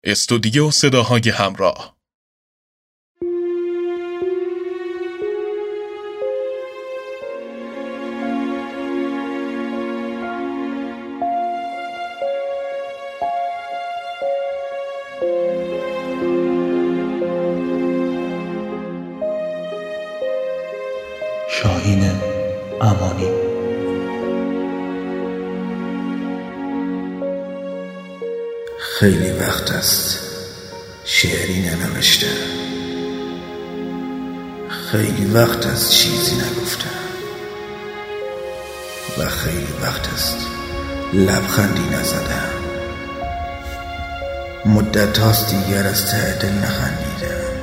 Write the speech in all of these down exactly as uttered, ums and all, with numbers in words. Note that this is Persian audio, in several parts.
استودیو صداهای همراه. شاهین امانی. خیلی وقت است شعری ننوشتم، خیلی وقت است چیزی نگفتم و خیلی وقت است لبخندی نزدم. مدت هاست دیگر از ته دل نخندیدم،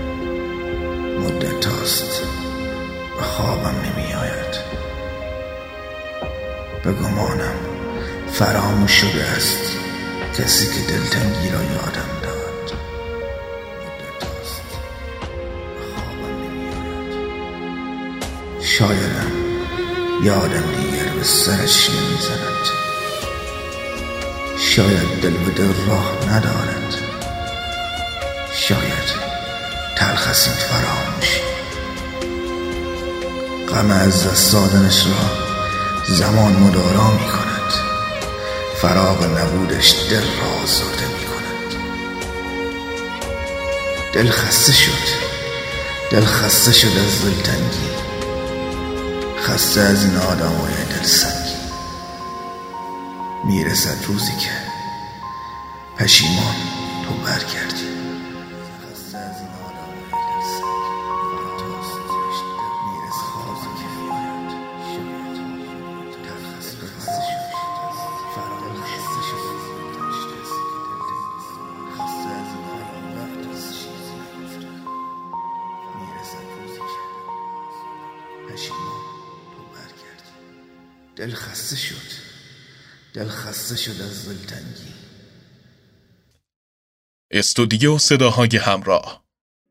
مدت هاست و خوابم نمی آید. به گمانم فراموش شده است کسی که دلتنگی را یادم داد. مدت هاست و خوابم نمی آید. شایدم یادم دیگر به سرش نمی زند، شاید دل به دل راه ندارد، شاید تلخ است این فراموشی. غم از دست دادنش را زمان مدارا می کند، فراق نبودش دل را آزرده می کند. دل خسته شد، دل خسته شد از دلتنگی، خسته از این آدمای دلسنگی. میرسد روزی که پشیمان تو برگردی. خسته از این آدمای دلسنگی، میرسد روزی که شاید دل خسته شد، فراموش خسته شد، خسته از این آدمای چیزی نگفتم. میرسد روزی که پشیمان تو برگردی. دل خسته شد، دل خسته شد از دلتنگی. استودیو صداهای همراه.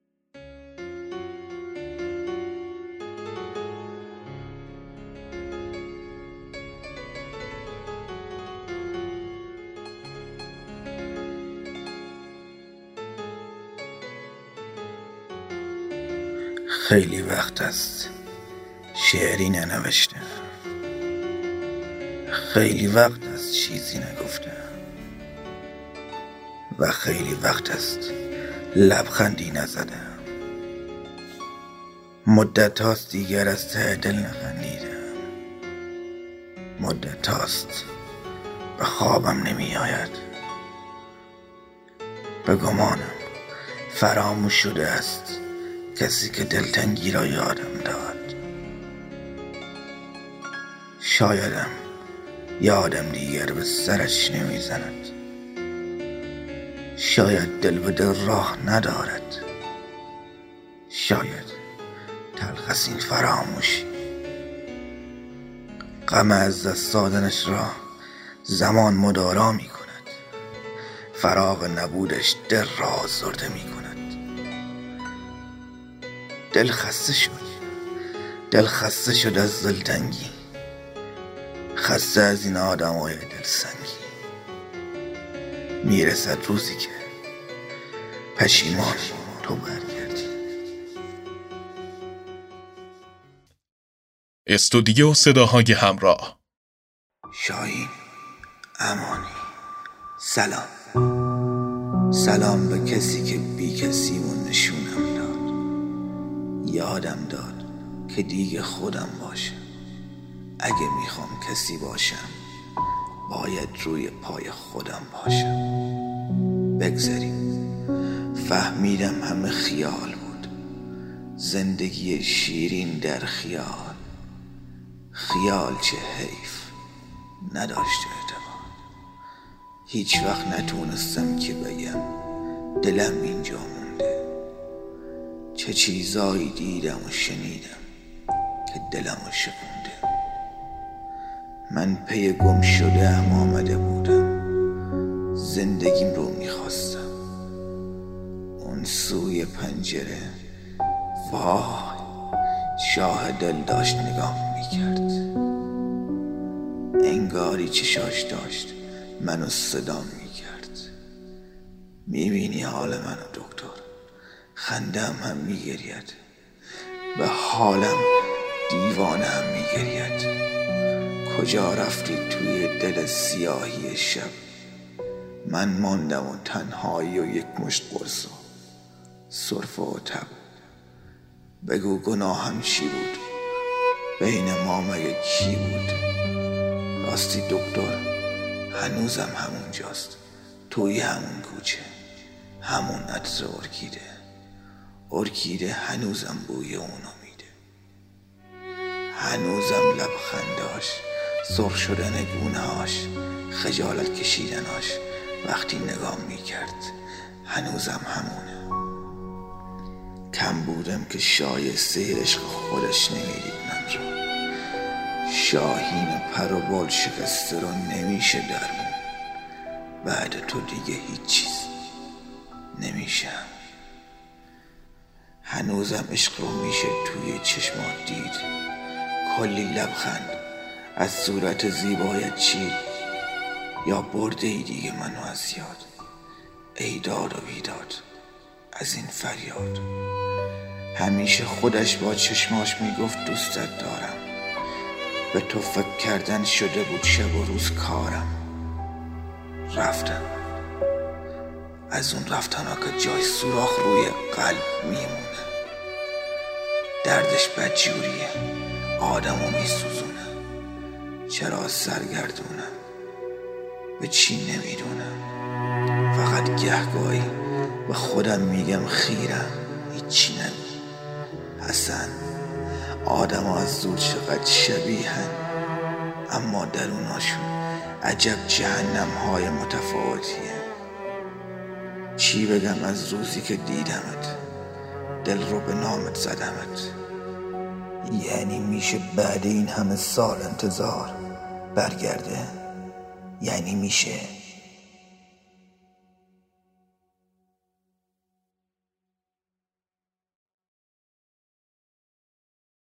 خیلی وقت است شعری ننوشتم، خیلی وقت است چیزی نگفتم و خیلی وقت است لبخندی نزدم. مدت هاست دیگر از ته دل نخندیدم، مدت هاست به خوابم نمی آید. به گمانم فراموش شده است کسی که دلتنگی را یادم داد. شایدم یادم دیگر به سرش نمی زند، شاید دل به دل راه ندارد، شاید تلخ است این فراموشی. غم از دست دادنش را زمان مدارا می کند، فراق نبودش دل را آزرده می کند. دل خسته شد، دل خسته شد از دلتنگی، خسته از این آدمای دلسنگی. میرسد روزی که پشیمان تو برگردی. استودیو صداهای همراه. شاهین امانی. سلام، سلام به کسی که بی کسیمون نشونم داد، یادم داد که دیگه خودم باشم. اگه میخوام کسی باشم باید روی پای خودم باشم. بگذاریم فهمیدم همه خیال بود، زندگی شیرین در خیال. خیال چه حیف نداشته اعتبار، هیچ وقت نتونستم که بگم دلم اینجا مونده. چه چیزایی دیدم و شنیدم که دلم رو شکونده. من پی گم شده ام آمده بودم، زندگیم رو میخواستم. اون سوی پنجره وای شاه دل داشت نگاه میکرد، انگاری چشاش داشت منو صدا میکرد. میبینی حال منو دکتر، خندم هم میگرید، به حالم دیوانه هم میگرید. کجا رفتی توی دل سیاهی شب؟ من ماندم و تنهایی و یک مشت قرص و سرفه و تب. بگو گناهم چی بود؟ بین ما مگه کی بود؟ راستی دکتر، هنوزم همونجاست، توی همون کوچه، همون عطر ارکیده. ارکیده هنوزم بوی اونو میده، هنوزم لبخنداش، سرخ شدن گونه‌هاش، خجالت کشیدناش وقتی نگام میکرد هنوزم همونه. کم بودم که شایسته عشق خودش نمیدید من رو. شاهین پر و بال شکسته رو نمیشه درمون، بعد تو دیگه هیچ چیز نمیشه. هنوزم عشق رو میشه توی چشمات دید، کلی لبخند از صورت زیبایت چید. یا برده ای دیگه منو از یاد، ای داد و بیداد از این فریاد. همیشه خودش با چشماش میگفت دوستت دارم، به تو فکر کردن شده بود شب و روز کارم. رفتم، از اون رفتنا که جای سوراخ روی قلب میمونه. دردش بدجوریه، آدمو میسوزونه. چرا سرگردونم به چی نمیدونم، فقط گهگاهی به خودم میگم خیرم هیچی نمی. حسن، آدم ها از زور چقدر شبیهن، اما دروناشون عجب جهنم های متفاوتیه. چی بگم از روزی که دیدمت، دل رو به نامت زدمت. یعنی میشه بعد این همه سال انتظار برگرده؟ یعنی میشه